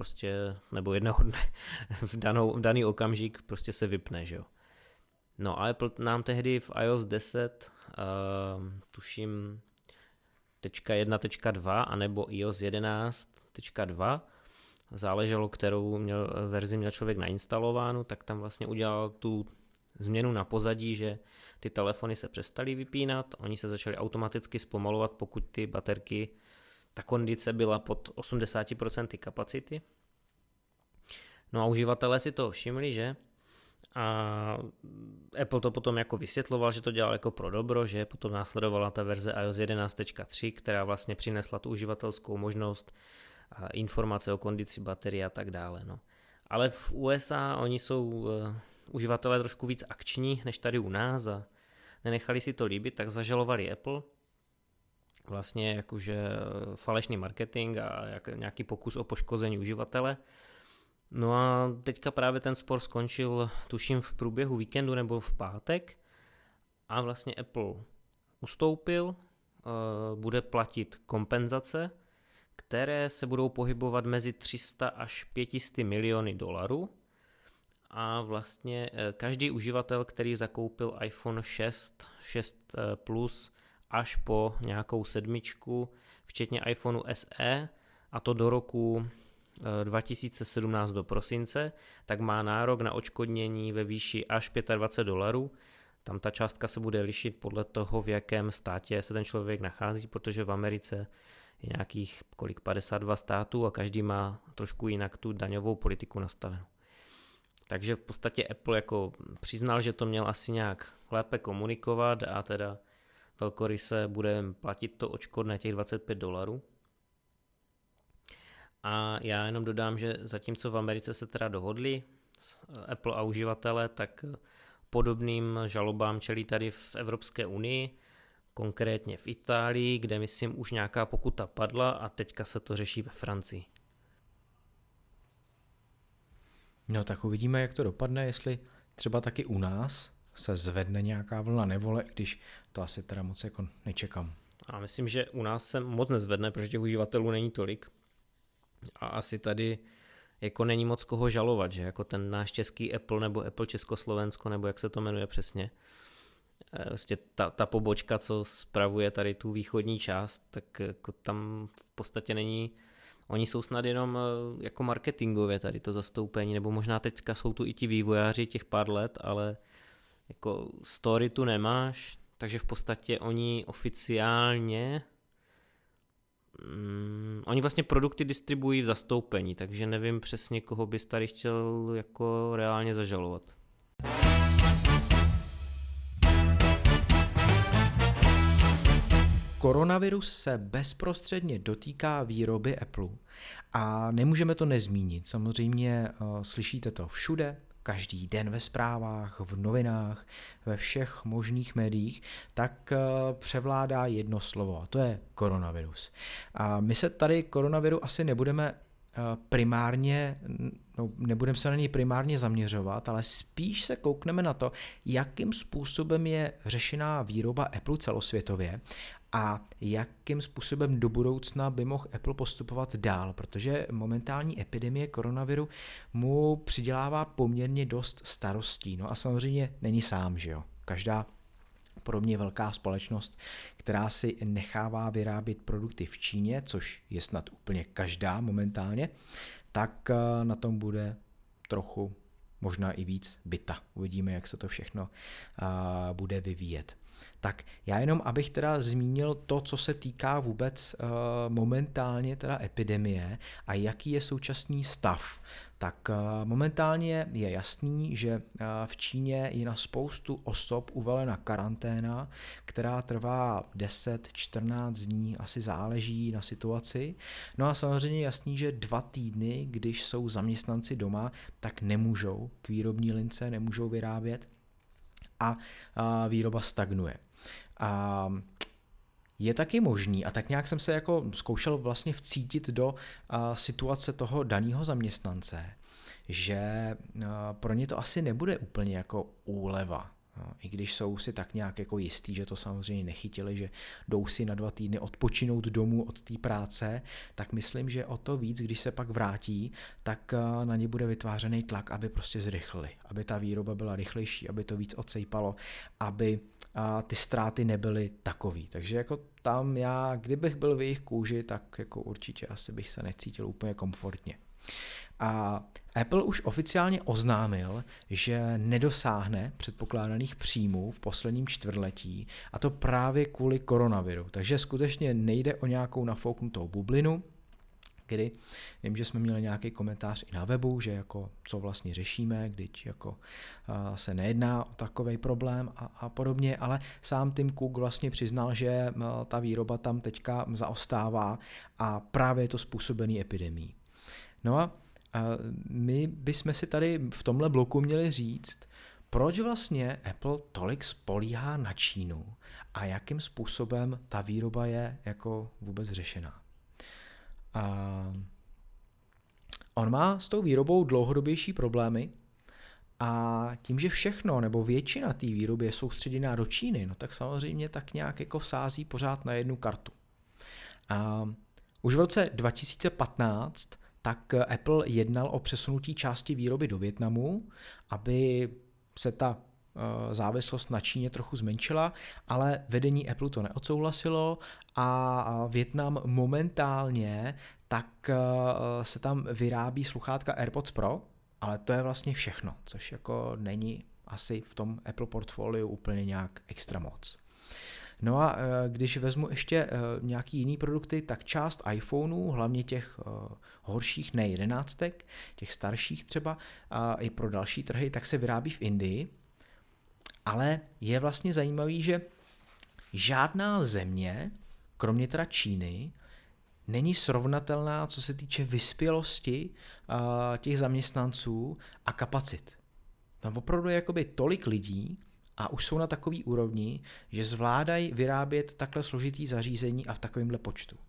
v daný okamžik prostě se vypne, že jo. No a Apple nám tehdy v iOS 10, tuším .1.2 anebo iOS 11.2, záleželo, kterou verzi měl člověk nainstalovánu, tak tam vlastně udělal tu změnu na pozadí, že ty telefony se přestaly vypínat, oni se začali automaticky zpomalovat, pokud ty baterky, ta kondice byla pod 80% kapacity. No a uživatelé si to všimli, že? A Apple to potom jako vysvětloval, že to dělal jako pro dobro, že potom následovala ta verze iOS 11.3, která vlastně přinesla tu uživatelskou možnost informace o kondici baterie a tak dále. No. Ale v USA oni jsou uživatelé trošku víc akční než tady u nás a nenechali si to líbit, tak zažalovali Apple. Vlastně jakože falešný marketing a nějaký pokus o poškození uživatele. No a teďka právě ten spor skončil, tuším v průběhu víkendu nebo v pátek a vlastně Apple ustoupil, bude platit kompenzace, které se budou pohybovat mezi 300 až 500 miliony dolarů a vlastně každý uživatel, který zakoupil iPhone 6 Plus až po nějakou 7, včetně iPhoneu SE a to do roku 2017 do prosince, tak má nárok na odškodnění ve výši až $25. Tam ta částka se bude lišit podle toho, v jakém státě se ten člověk nachází, protože v Americe je nějakých 52 států a každý má trošku jinak tu daňovou politiku nastavenou. Takže v podstatě Apple jako přiznal, že to měl asi nějak lépe komunikovat a teda velkoryse bude platit to odškodné těch $25. A já jenom dodám, že zatímco v Americe se teda dohodli Apple a uživatele, tak podobným žalobám čelí tady v Evropské unii, konkrétně v Itálii, kde myslím už nějaká pokuta padla a teďka se to řeší ve Francii. No tak uvidíme, jak to dopadne, jestli třeba taky u nás se zvedne nějaká vlna nevole, když to asi teda moc jako nečekám. A myslím, že u nás se moc nezvedne, protože těch uživatelů není tolik. A asi tady jako není moc koho žalovat, že jako ten náš český Apple nebo Apple Československo, nebo jak se to jmenuje přesně. Vlastně ta pobočka, co spravuje tady tu východní část, tak jako tam v podstatě není, oni jsou snad jenom jako marketingově tady to zastoupení, nebo možná teďka jsou tu i ti vývojáři těch pár let, ale jako story tu nemáš, takže v podstatě oni oficiálně oni vlastně produkty distribuují v zastoupení, takže nevím přesně, koho bys tady chtěl jako reálně zažalovat. Koronavirus se bezprostředně dotýká výroby Apple a nemůžeme to nezmínit. Samozřejmě slyšíte to všude, každý den ve zprávách, v novinách, ve všech možných médiích, tak převládá jedno slovo, a to je koronavirus. A my se tady koronaviru asi nebudeme se na něj primárně zaměřovat, ale spíš se koukneme na to, jakým způsobem je řešená výroba Apple celosvětově a jakým způsobem do budoucna by mohl Apple postupovat dál, protože momentální epidemie koronaviru mu přidělává poměrně dost starostí. No a samozřejmě není sám, že jo. Každá podobně velká společnost, která si nechává vyrábět produkty v Číně, což je snad úplně každá momentálně, tak na tom bude trochu, možná i víc bita. Uvidíme, jak se to všechno bude vyvíjet. Tak já jenom, abych teda zmínil to, co se týká vůbec momentálně teda epidemie a jaký je současný stav. Tak momentálně je jasný, že v Číně je na spoustu osob uvalena karanténa, která trvá 10-14 dní, asi záleží na situaci. No a samozřejmě je jasný, že 2 týdny, když jsou zaměstnanci doma, tak nemůžou k výrobní lince, nemůžou vyrábět a výroba stagnuje. A je taky možný, a tak nějak jsem se jako zkoušel vlastně vcítit do situace toho daného zaměstnance, že pro ně to asi nebude úplně jako úleva. No, i když jsou si tak nějak jako jistí, že to samozřejmě nechytili, že jdou si na 2 týdny odpočinout domů od té práce, tak myslím, že o to víc, když se pak vrátí, tak na ně bude vytvářený tlak, aby prostě zrychlili, aby ta výroba byla rychlejší, aby to víc odsejpalo, aby ty ztráty nebyly takový. Takže jako tam já, kdybych byl v jejich kůži, tak jako určitě asi bych se necítil úplně komfortně. A Apple už oficiálně oznámil, že nedosáhne předpokládaných příjmů v posledním čtvrtletí, a to právě kvůli koronaviru. Takže skutečně nejde o nějakou nafouknutou bublinu, kdy vím, že jsme měli nějaký komentář i na webu, že jako co vlastně řešíme, když jako se nejedná o takovej problém a podobně, ale sám Tim Cook vlastně přiznal, že ta výroba tam teďka zaostává a právě je to způsobený epidemií. No a my bychom si tady v tomhle bloku měli říct, proč vlastně Apple tolik spolíhá na Čínu a jakým způsobem ta výroba je jako vůbec řešená. On má s tou výrobou dlouhodobější problémy a tím, že všechno nebo většina té výroby je soustředěná do Číny, no tak samozřejmě tak nějak jako vsází pořád na jednu kartu. Už v roce 2015 tak Apple jednal o přesunutí části výroby do Vietnamu, aby se ta závislost na Číně trochu zmenšila, ale vedení Apple to neodsouhlasilo a Vietnam momentálně tak se tam vyrábí sluchátka AirPods Pro, ale to je vlastně všechno, což jako není asi v tom Apple portfoliu úplně nějak extra moc. No a když vezmu ještě nějaký jiný produkty, tak část iPhoneů, hlavně těch horších, ne 11, těch starších třeba, i pro další trhy, tak se vyrábí v Indii. Ale je vlastně zajímavý, že žádná země, kromě teda Číny, není srovnatelná, co se týče vyspělosti těch zaměstnanců a kapacit. Tam opravdu je jakoby tolik lidí a už jsou na takový úrovni, že zvládají vyrábět takhle složitý zařízení a v takovémhle počtu.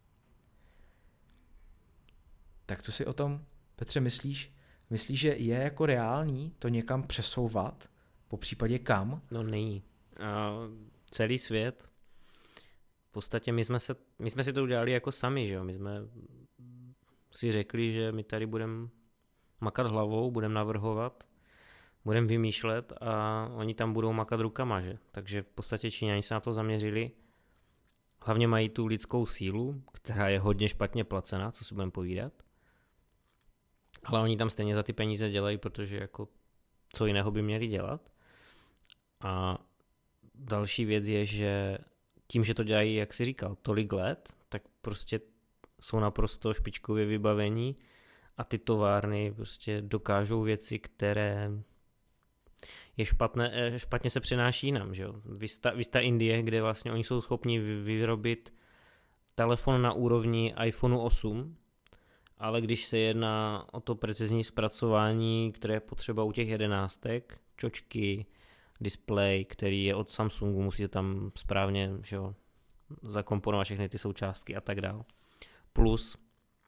Tak co si o tom, Petře, myslíš? Myslíš, že je jako reálný to někam přesouvat? Po případě kam? No není. Celý svět. V podstatě my jsme si to udělali jako sami, že jo? My jsme si řekli, že my tady budeme makat hlavou, budeme navrhovat, budeme vymýšlet a oni tam budou makat rukama, že? Takže v podstatě Číňani se na to zaměřili. Hlavně mají tu lidskou sílu, která je hodně špatně placená, co si budeme povídat. Ale oni tam stejně za ty peníze dělají, protože jako co jiného by měli dělat. A další věc je, že tím, že to dělají, jak jsi říkal, tolik let, tak prostě jsou naprosto špičkově vybavení a ty továrny prostě dokážou věci, které je špatně se přenáší jinam. Že jo? Vista Indie, kde vlastně oni jsou schopni vyrobit telefon na úrovni iPhone 8, ale když se jedná o to precizní zpracování, které je potřeba u těch 11, čočky, display, který je od Samsungu, musíte tam správně, že jo, zakomponovat všechny ty součástky a tak dále. Plus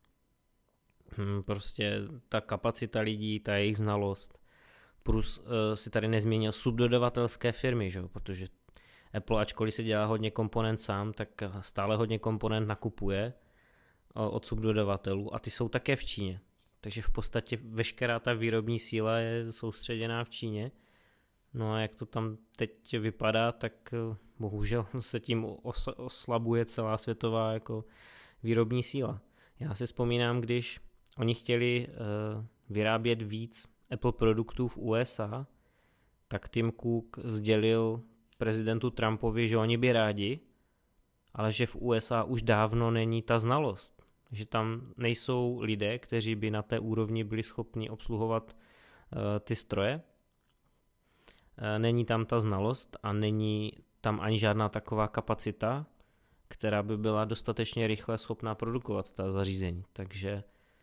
prostě ta kapacita lidí, ta jejich znalost. Plus si tady nezměnil subdodavatelské firmy, že jo, protože Apple, ačkoliv si dělá hodně komponent sám, tak stále hodně komponent nakupuje od subdodavatelů a ty jsou také v Číně. Takže v podstatě veškerá ta výrobní síla je soustředěná v Číně. No a jak to tam teď vypadá, tak bohužel se tím oslabuje celá světová jako výrobní síla. Já si vzpomínám, když oni chtěli vyrábět víc Apple produktů v USA, tak Tim Cook sdělil prezidentu Trumpovi, že oni by rádi, ale že v USA už dávno není ta znalost. Že tam nejsou lidé, kteří by na té úrovni byli schopni obsluhovat ty stroje. Není tam ta znalost a není tam ani žádná taková kapacita, která by byla dostatečně rychle schopná produkovat ta zařízení. Takže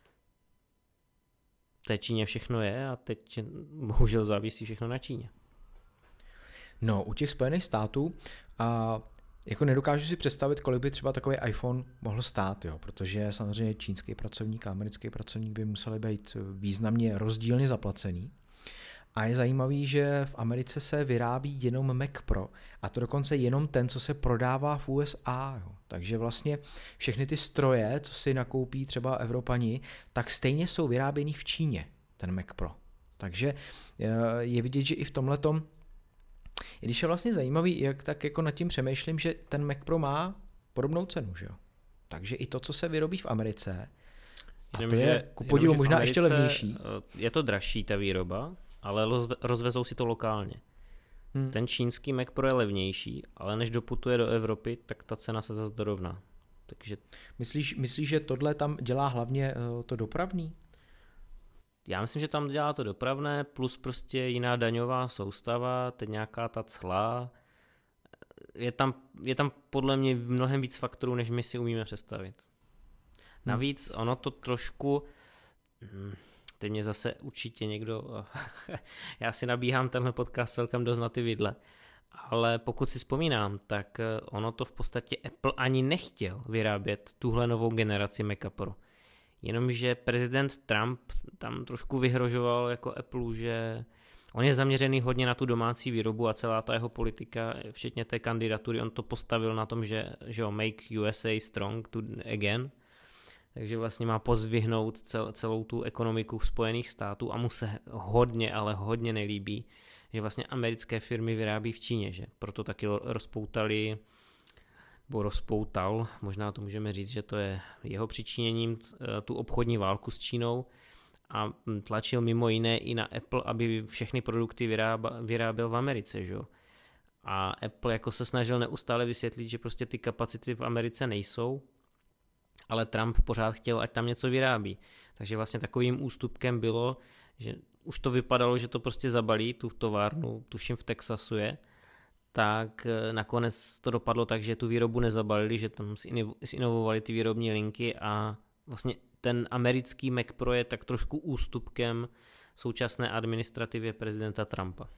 v té Číně všechno je a teď bohužel závisí všechno na Číně. No, u těch Spojených států jako nedokážu si představit, kolik by třeba takový iPhone mohl stát, jo, protože samozřejmě čínský pracovník a americký pracovník by museli být významně rozdílně zaplacený. A je zajímavý, že v Americe se vyrábí jenom Mac Pro a to dokonce jenom ten, co se prodává v USA. Jo. Takže vlastně všechny ty stroje, co si nakoupí třeba Evropani, tak stejně jsou vyráběný v Číně, ten Mac Pro. Takže je vidět, že i v tomhletom, i když je vlastně zajímavý, jak tak jako nad tím přemýšlím, že ten Mac Pro má podobnou cenu, že jo. Takže i to, co se vyrobí v Americe, a to je ku podivu možná ještě levnější. Je to dražší ta výroba, ale rozvezou si to lokálně. Ten čínský Mac Pro je levnější, ale než doputuje do Evropy, tak ta cena se zase dorovná. Takže... Myslíš, že tohle tam dělá hlavně to dopravní? Já myslím, že tam dělá to dopravné, plus prostě jiná daňová soustava, teď nějaká ta cla. Je tam podle mě mnohem víc faktorů, než my si umíme představit. Navíc ono to trošku... Teď mě zase určitě někdo... Já si nabíhám tenhle podcast celkem dost na ty vidle. Ale pokud si vzpomínám, tak ono to v podstatě Apple ani nechtěl vyrábět tuhle novou generaci Maca Pro. Jenomže prezident Trump tam trošku vyhrožoval jako Apple, že on je zaměřený hodně na tu domácí výrobu a celá ta jeho politika, včetně té kandidatury, on to postavil na tom, že jo, make USA strong again. Takže vlastně má pozvihnout celou tu ekonomiku Spojených států a mu se hodně, ale hodně nelíbí, že vlastně americké firmy vyrábí v Číně, že proto taky rozpoutal, možná to můžeme říct, že to je jeho přičiněním, tu obchodní válku s Čínou a tlačil mimo jiné i na Apple, aby všechny produkty vyráběl v Americe, že? A Apple jako se snažil neustále vysvětlit, že prostě ty kapacity v Americe nejsou, ale Trump pořád chtěl, ať tam něco vyrábí. Takže vlastně takovým ústupkem bylo, že už to vypadalo, že to prostě zabalí, tu továrnu, tuším v Texasu je, tak nakonec to dopadlo tak, že tu výrobu nezabalili, že tam zinovovali ty výrobní linky a vlastně ten americký Mac Pro je tak trošku ústupkem současné administrativě prezidenta Trumpa.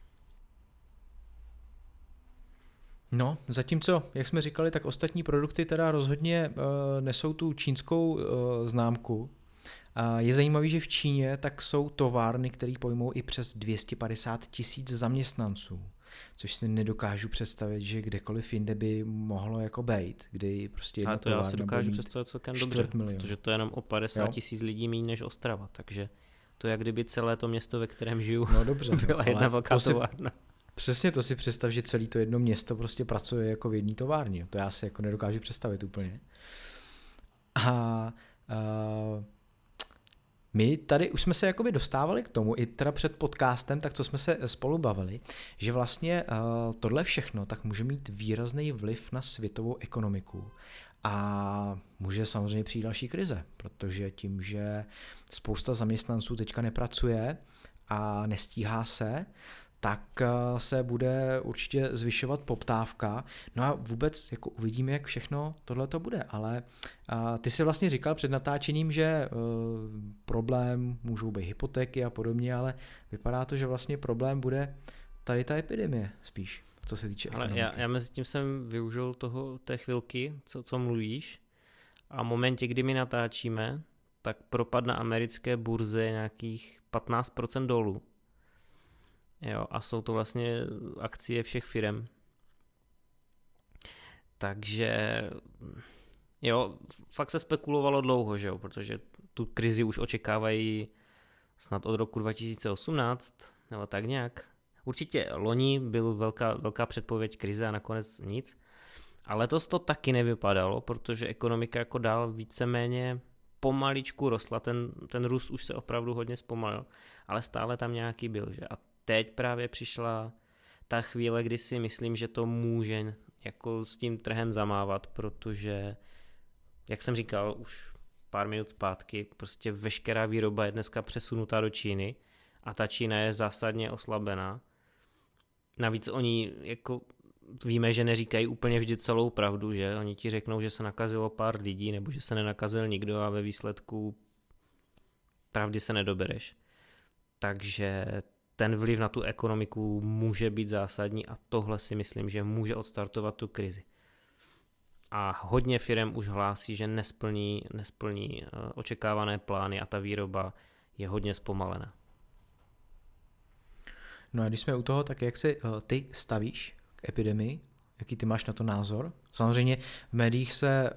No, zatímco, jak jsme říkali, tak ostatní produkty teda rozhodně nesou tu čínskou známku. Je zajímavý, že v Číně tak jsou továrny, které pojmou i přes 250 000 zaměstnanců, což si nedokážu představit, že kdekoliv jinde by mohlo jako bejt, kdy prostě jedna továrna. Ale to já si dokážu představit celkem dobře, protože to je jenom o 50 000 lidí méně než Ostrava, takže to je jak kdyby celé to město, ve kterém žiju, no dobře, byla jedna velká továrna. Přesně to si představ, že celé to jedno město prostě pracuje jako v jedné továrně. To já si jako nedokážu představit úplně. A my tady už jsme se jakoby dostávali k tomu, i teda před podcastem, tak co jsme se spolu bavili, že vlastně tohle všechno tak může mít výrazný vliv na světovou ekonomiku. A může samozřejmě přijít další krize, protože tím, že spousta zaměstnanců teďka nepracuje a nestíhá se, tak se bude určitě zvyšovat poptávka. No a vůbec jako uvidíme, jak všechno tohle to bude. Ale ty jsi vlastně říkal před natáčením, že problém můžou být hypotéky a podobně, ale vypadá to, že vlastně problém bude tady ta epidemie spíš, co se týče ekonomiky. Ale já mezi tím jsem využil té chvilky, co mluvíš, a v momentě, kdy my natáčíme, tak propad na americké burze je nějakých 15% dolů. Jo, a jsou to vlastně akcie všech firem. Takže jo, fakt se spekulovalo dlouho, že jo, protože tu krizi už očekávají snad od roku 2018, nebo tak nějak. Určitě loni byl velká předpověď krize a nakonec nic. A letos to taky nevypadalo, protože ekonomika jako dál víceméně pomaličku rostla, ten růst už se opravdu hodně zpomalil, ale stále tam nějaký byl, že? A teď právě přišla ta chvíle, kdy si myslím, že to může jako s tím trhem zamávat, protože, jak jsem říkal už pár minut zpátky, prostě veškerá výroba je dneska přesunutá do Číny a ta Čína je zásadně oslabená. Navíc oni jako víme, že neříkají úplně vždy celou pravdu, že oni ti řeknou, že se nakazilo pár lidí nebo že se nenakazil nikdo a ve výsledku pravdy se nedobereš. Takže ten vliv na tu ekonomiku může být zásadní a tohle si myslím, že může odstartovat tu krizi. A hodně firem už hlásí, že nesplní očekávané plány a ta výroba je hodně zpomalená. No a když jsme u toho, tak jak se ty stavíš k epidemii? Jaký ty máš na to názor? Samozřejmě v médiích se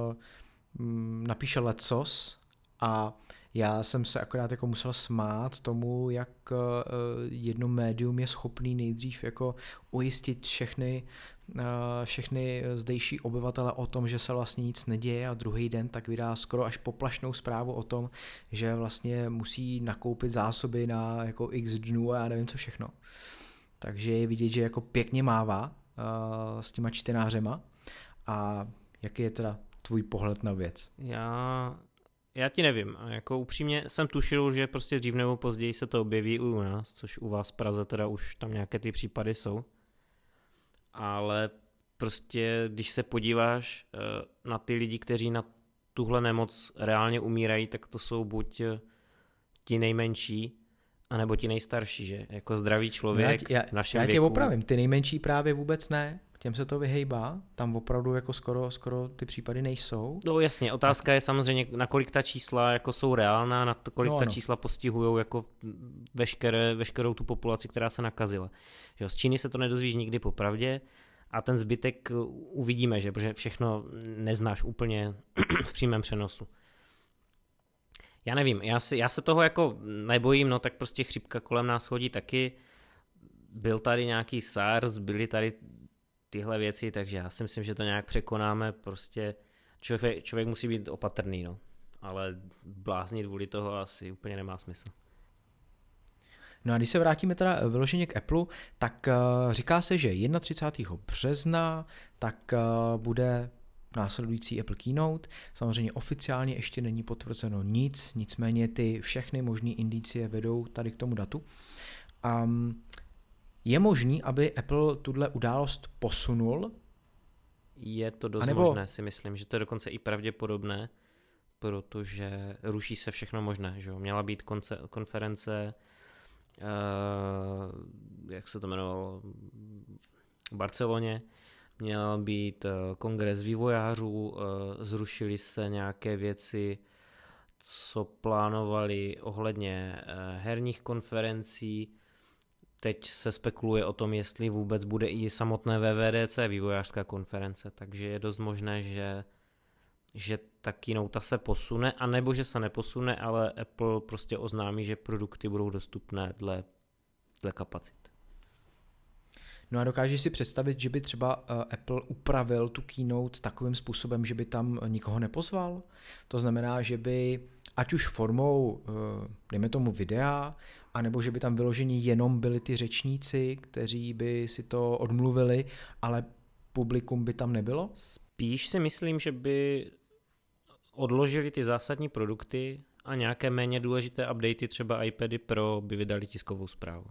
napíše lecos a já jsem se akorát jako musel smát tomu, jak jedno médium je schopný nejdřív jako ujistit všechny zdejší obyvatele o tom, že se vlastně nic neděje a druhý den tak vydá skoro až poplašnou zprávu o tom, že vlastně musí nakoupit zásoby na jako x dnů a já nevím co všechno. Takže je vidět, že jako pěkně mává s těma čtenářema. A jaký je teda tvůj pohled na věc? Já ti nevím, jako upřímně jsem tušil, že prostě dřív nebo později se to objeví i u nás, což u vás v Praze teda už tam nějaké ty případy jsou. Ale prostě když se podíváš na ty lidi, kteří na tuhle nemoc reálně umírají, tak to jsou buď ti nejmenší, anebo ti nejstarší, že? Jako zdravý člověk v našem věku. Já tě opravím, ty nejmenší právě vůbec ne, těm se to vyhejbá, tam opravdu jako skoro ty případy nejsou. No jasně, otázka je samozřejmě, nakolik ta čísla jako jsou reálná, na kolik ta čísla postihujou jako veškerou tu populaci, která se nakazila. Že z Číny se to nedozvíš nikdy popravdě a ten zbytek uvidíme, že? Protože všechno neznáš úplně v přímém přenosu. Já nevím, já se toho jako nebojím, no tak prostě chřipka kolem nás chodí taky, byl tady nějaký SARS, byly tady tyhle věci, takže já si myslím, že to nějak překonáme, prostě člověk musí být opatrný, no, ale bláznit kvůli toho asi úplně nemá smysl. No a když se vrátíme teda vyloženě k Apple, tak říká se, že 31. března tak bude následující Apple Keynote. Samozřejmě oficiálně ještě není potvrzeno nic, nicméně ty všechny možné indicie vedou tady k tomu datu. Je možný, aby Apple tuhle událost posunul? Je to dost možné, si myslím, že to je dokonce i pravděpodobné, protože ruší se všechno možné. Že? Měla být konference, jak se to jmenovalo, v Barceloně, měl být kongres vývojářů, zrušily se nějaké věci, co plánovali ohledně herních konferencí. Teď se spekuluje o tom, jestli vůbec bude i samotné VVDC, vývojářská konference, takže je dost možné, že ta keynote se posune, anebo že se neposune, ale Apple prostě oznámí, že produkty budou dostupné dle kapacit. No a dokážeš si představit, že by třeba Apple upravil tu keynote takovým způsobem, že by tam nikoho nepozval? To znamená, že by ať už formou, dejme tomu videa, anebo že by tam vyloženi jenom byli ty řečníci, kteří by si to odmluvili, ale publikum by tam nebylo? Spíš si myslím, že by odložili ty zásadní produkty a nějaké méně důležité updaty, třeba iPady Pro, by vydali tiskovou zprávu.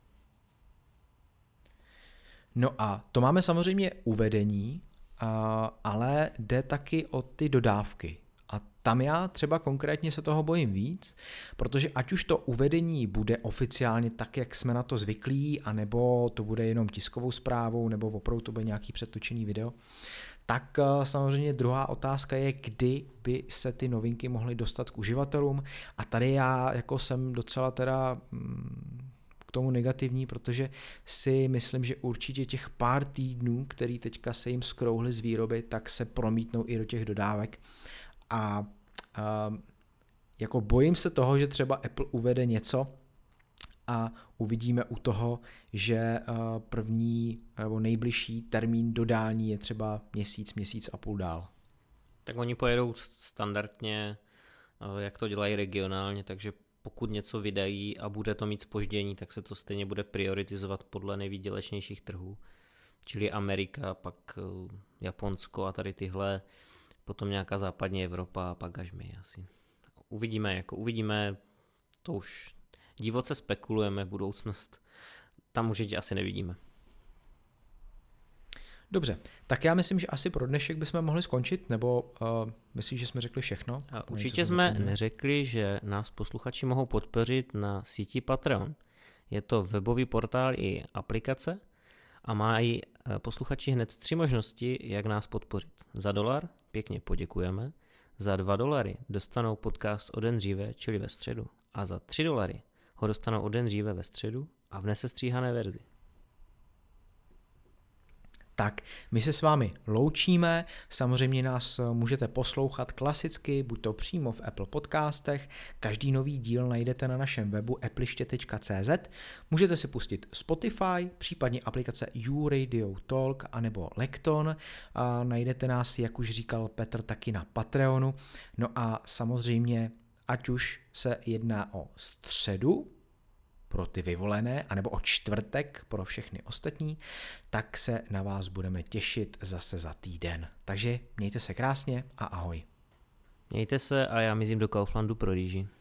No a to máme samozřejmě uvedení, ale jde taky o ty dodávky. A tam já třeba konkrétně se toho bojím víc, protože ať už to uvedení bude oficiálně tak, jak jsme na to zvyklí, anebo to bude jenom tiskovou zprávou, nebo opravdu to bude nějaký předtočený video, tak samozřejmě druhá otázka je, kdy by se ty novinky mohly dostat k uživatelům. A tady já jako jsem docela teda k tomu negativní, protože si myslím, že určitě těch pár týdnů, který teďka se jim skrouhly z výroby, tak se promítnou i do těch dodávek. A jako bojím se toho, že třeba Apple uvede něco a uvidíme u toho, že první nebo nejbližší termín dodání je třeba měsíc a půl dál. Tak oni pojedou standardně, jak to dělají regionálně, takže pokud něco vydají a bude to mít zpoždění, tak se to stejně bude prioritizovat podle nejvýdělečnějších trhů, čili Amerika, pak Japonsko a tady tyhle, potom nějaká západní Evropa a pak až my asi. Uvidíme, to už divoce spekulujeme, budoucnost tam určitě asi nevidíme. Dobře, tak já myslím, že asi pro dnešek bychom mohli skončit, nebo myslíš, že jsme řekli všechno? A určitě jsme neřekli, že nás posluchači mohou podpořit na síti Patreon. Je to webový portál i aplikace a mají posluchači hned 3 možnosti, jak nás podpořit. Za $1 pěkně poděkujeme, za $2 dostanou podcast o den dříve, čili ve středu, a za $3 ho dostanou o den dříve ve středu a v nesestříhané verzi. Tak, my se s vámi loučíme, samozřejmě nás můžete poslouchat klasicky, buď to přímo v Apple podcastech, každý nový díl najdete na našem webu appliště.cz, můžete si pustit Spotify, případně aplikace YouRadio Talk anebo Lekton, a najdete nás, jak už říkal Petr, taky na Patreonu, no a samozřejmě, ať už se jedná o středu, pro ty vyvolené, anebo o čtvrtek pro všechny ostatní, tak se na vás budeme těšit zase za týden. Takže mějte se krásně a ahoj. Mějte se a já mizím do Kauflandu pro rýži.